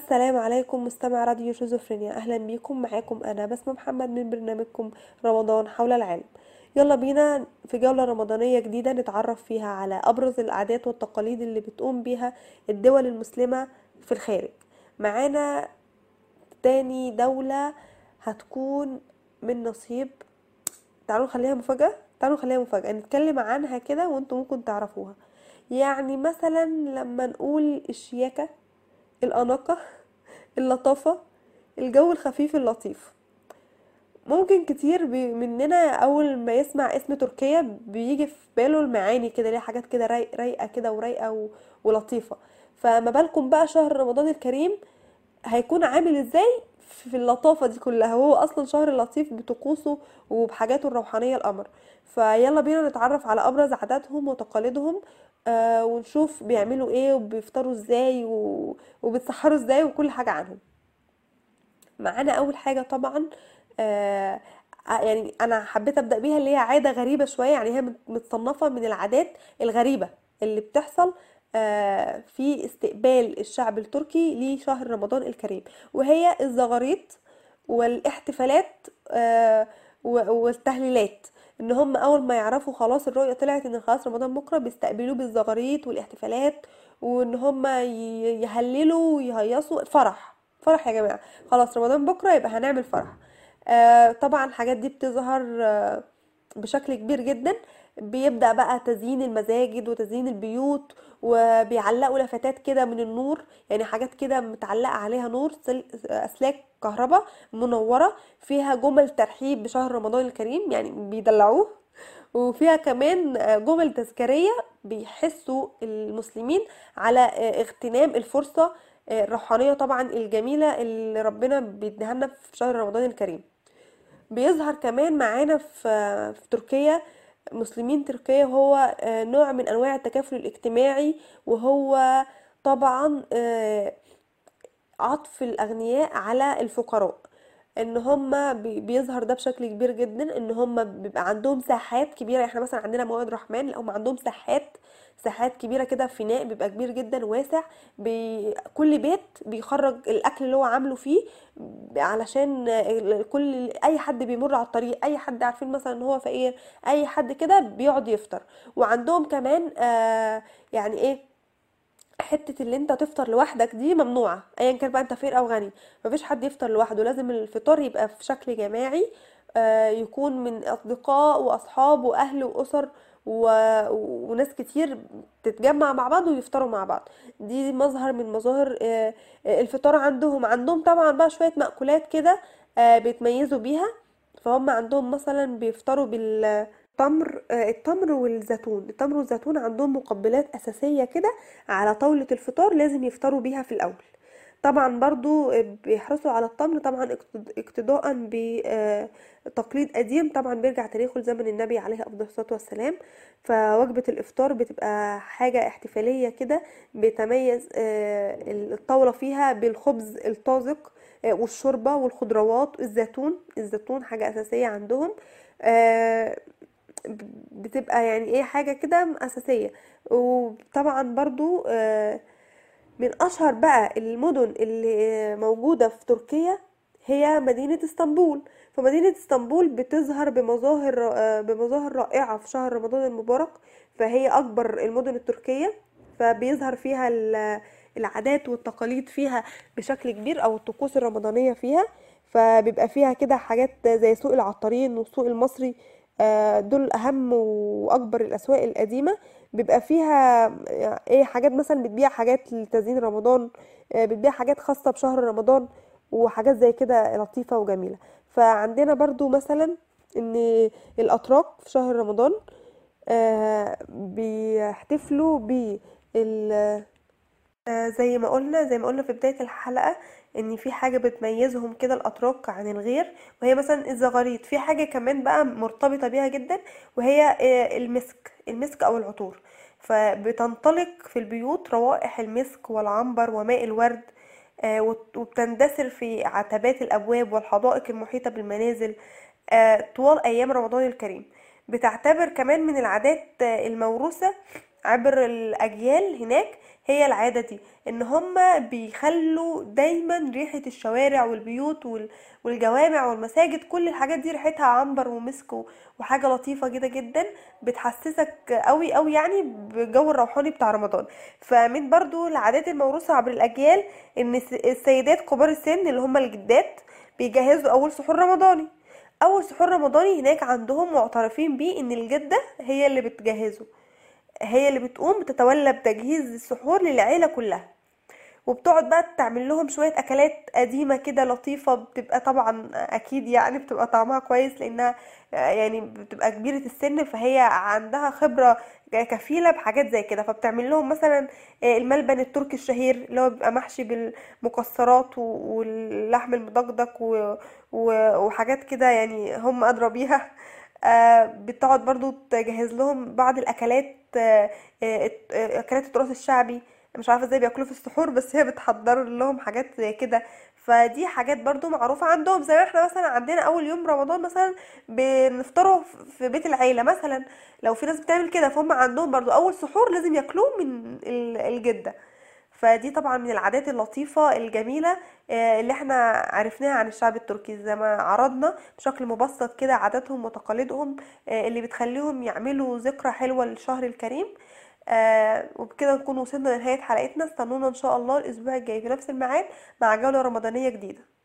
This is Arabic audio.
السلام عليكم مستمع راديو شيزوفرينيا، اهلا بيكم. معاكم انا بسمة محمد من برنامجكم رمضان حول العالم. يلا بينا في جولة رمضانية جديدة نتعرف فيها على ابرز العادات والتقاليد اللي بتقوم بيها الدول المسلمة في الخارج. معانا تاني دولة هتكون من نصيب. تعالوا نخليها مفاجأة نتكلم عنها كده وانتم ممكن تعرفوها. يعني مثلا لما نقول الشياكة، الأناقة، اللطافة، الجو الخفيف اللطيف. ممكن كتير مننا أول ما يسمع اسم تركيا بيجي في باله المعاني كده، ليه حاجات كده رايقة كده ورايقة ولطيفة. فما بالكم بقى شهر رمضان الكريم هيكون عامل ازاي في اللطافة دي كلها، وهو اصلا شهر لطيف بطقوسه وبحاجاته الروحانية القمر. فيلا بينا نتعرف على ابرز عاداتهم وتقاليدهم، ونشوف بيعملوا ايه وبيفطروا ازاي وبيتسحروا ازاي وكل حاجة عنهم. معانا اول حاجة طبعا، آه يعني انا حبيت ابدا بيها، اللي هي عاده غريبه شويه، يعني هي متصنفه من العادات الغريبه اللي بتحصل في استقبال الشعب التركي لشهر رمضان الكريم، وهي الزغاريط والاحتفالات والتهليلات. ان هم اول ما يعرفوا خلاص الرؤيه طلعت ان خلاص رمضان بكره بيستقبلوه بالزغاريط والاحتفالات، وان هم يهللوا ويهيصوا. فرح فرح يا جماعه، خلاص رمضان بكره يبقى هنعمل فرح. طبعا الحاجات دي بتظهر بشكل كبير جدا. بيبدأ بقى تزيين المساجد وتزيين البيوت، وبيعلقوا لفتات كده من النور، يعني حاجات كده متعلقة عليها نور، أسلاك كهرباء منورة فيها جمل ترحيب بشهر رمضان الكريم، يعني بيدلعوه. وفيها كمان جمل تذكارية بيحسوا المسلمين على اغتنام الفرصة الروحانية طبعا الجميلة اللي ربنا بيديها لنا في شهر رمضان الكريم. بيظهر كمان معانا في تركيا، مسلمين تركيا، هو نوع من انواع التكافل الاجتماعي، وهو طبعا عطف الاغنياء على الفقراء. ان هم بيظهر ده بشكل كبير جدا، ان هم بيبقى عندهم ساحات كبيره. احنا مثلا عندنا موائد رحمن، لا هم عندهم ساحات كبيره كده، فناء بيبقى كبير جدا واسع. كل بيت بيخرج الاكل اللي هو عامله فيه، علشان كل اي حد بيمر على الطريق، اي حد عارفين مثلا ان هو فقير، اي حد كده بيقعد يفطر. وعندهم كمان يعني ايه، حتة اللي انت تفطر لوحدك دي ممنوعة، ايا كان بقى انت فقير او غني. مفيش حد يفطر لوحده، لازم الفطار يبقى في شكل جماعي، يكون من اصدقاء واصحاب واهل واسر وناس كتير تتجمع مع بعض ويفطروا مع بعض. دي مظهر من مظاهر الفطار عندهم طبعا بقى شوية مأكولات كده بيتميزوا بيها. فهم عندهم مثلا بيفطروا التمر والزيتون عندهم مقبلات أساسية كده على طاولة الفطار، لازم يفطروا بيها في الأول. طبعا برضو بيحرصوا على التمر، طبعا اقتداء بتقليد قديم طبعا بيرجع تاريخه لزمن النبي عليه أفضل الصلاة والسلام. فوجبة الإفطار بتبقى حاجة احتفالية كده، بيتميز الطاولة فيها بالخبز الطازج والشوربة والخضروات. الزيتون حاجة أساسية عندهم، بتبقى يعني ايه حاجة كده أساسية. وطبعا برضو من أشهر بقى المدن اللي موجودة في تركيا هي مدينة اسطنبول. فمدينة اسطنبول بتظهر بمظاهر رائعة في شهر رمضان المبارك، فهي أكبر المدن التركية. فبيظهر فيها العادات والتقاليد فيها بشكل كبير، أو الطقوس الرمضانية فيها. فبيبقى فيها كده حاجات زي سوق العطارين والسوق المصري، دول اهم واكبر الاسواق القديمه. بيبقى فيها ايه حاجات مثلا بتبيع حاجات لتزيين رمضان، بتبيع حاجات خاصه بشهر رمضان وحاجات زي كده لطيفه وجميله. فعندنا برضو مثلا ان الاتراك في شهر رمضان بيحتفلوا زي ما قلنا في بداية الحلقة، ان في حاجة بتميزهم كده الاتراك عن الغير، وهي مثلا الزغاريط. في حاجة كمان بقى مرتبطة بيها جدا، وهي المسك او العطور. فبتنطلق في البيوت روائح المسك والعنبر وماء الورد، وبتندثر في عتبات الابواب والحدائق المحيطة بالمنازل طوال ايام رمضان الكريم. بتعتبر كمان من العادات الموروثة عبر الاجيال هناك هي العادة دي، ان هما بيخلوا دايما ريحة الشوارع والبيوت والجوامع والمساجد، كل الحاجات دي ريحتها عنبر ومسك وحاجة لطيفة جدا جدا، بتحسسك قوي قوي يعني بالجو الروحاني بتاع رمضان. فمن برضو العادات الموروثة عبر الاجيال ان السيدات كبار السن اللي هما الجدات بيجهزوا اول سحور رمضاني. اول سحور رمضاني هناك عندهم معترفين بيه ان الجدة هي اللي بتجهزه، هي اللي بتقوم بتتولى بتجهيز السحور للعيلة كلها، وبتقعد بقى تعمل لهم شوية اكلات قديمة كده لطيفة، بتبقى طبعا اكيد يعني بتبقى طعمها كويس لانها يعني بتبقى كبيرة السن، فهي عندها خبرة كفيلة بحاجات زي كده. فبتعمل لهم مثلا الملبن التركي الشهير اللي هو بيبقى محشي بالمكسرات واللحم المدقدق وحاجات كده يعني هم ادرى بيها. بتقعد برضو تجهز لهم بعض الاكلات، اكلات التراث الشعبي. مش عارفه ازاي بياكلوا في السحور، بس هي بتحضر لهم حاجات زي كده. فدي حاجات برضو معروفه عندهم، زي ما احنا مثلا عندنا اول يوم رمضان مثلا بنفطره في بيت العيله مثلا، لو في ناس بتعمل كده، فهم عندهم برضو اول سحور لازم ياكلوه من الجده. فدي طبعا من العادات اللطيفة الجميلة اللي احنا عرفناها عن الشعب التركي، زي ما عرضنا بشكل مبسط كده عاداتهم وتقاليدهم اللي بتخليهم يعملوا ذكرى حلوة للشهر الكريم. وبكده نكون وصلنا لنهاية حلقتنا. استنونا ان شاء الله الاسبوع الجاي في نفس الميعاد مع جولة رمضانية جديدة.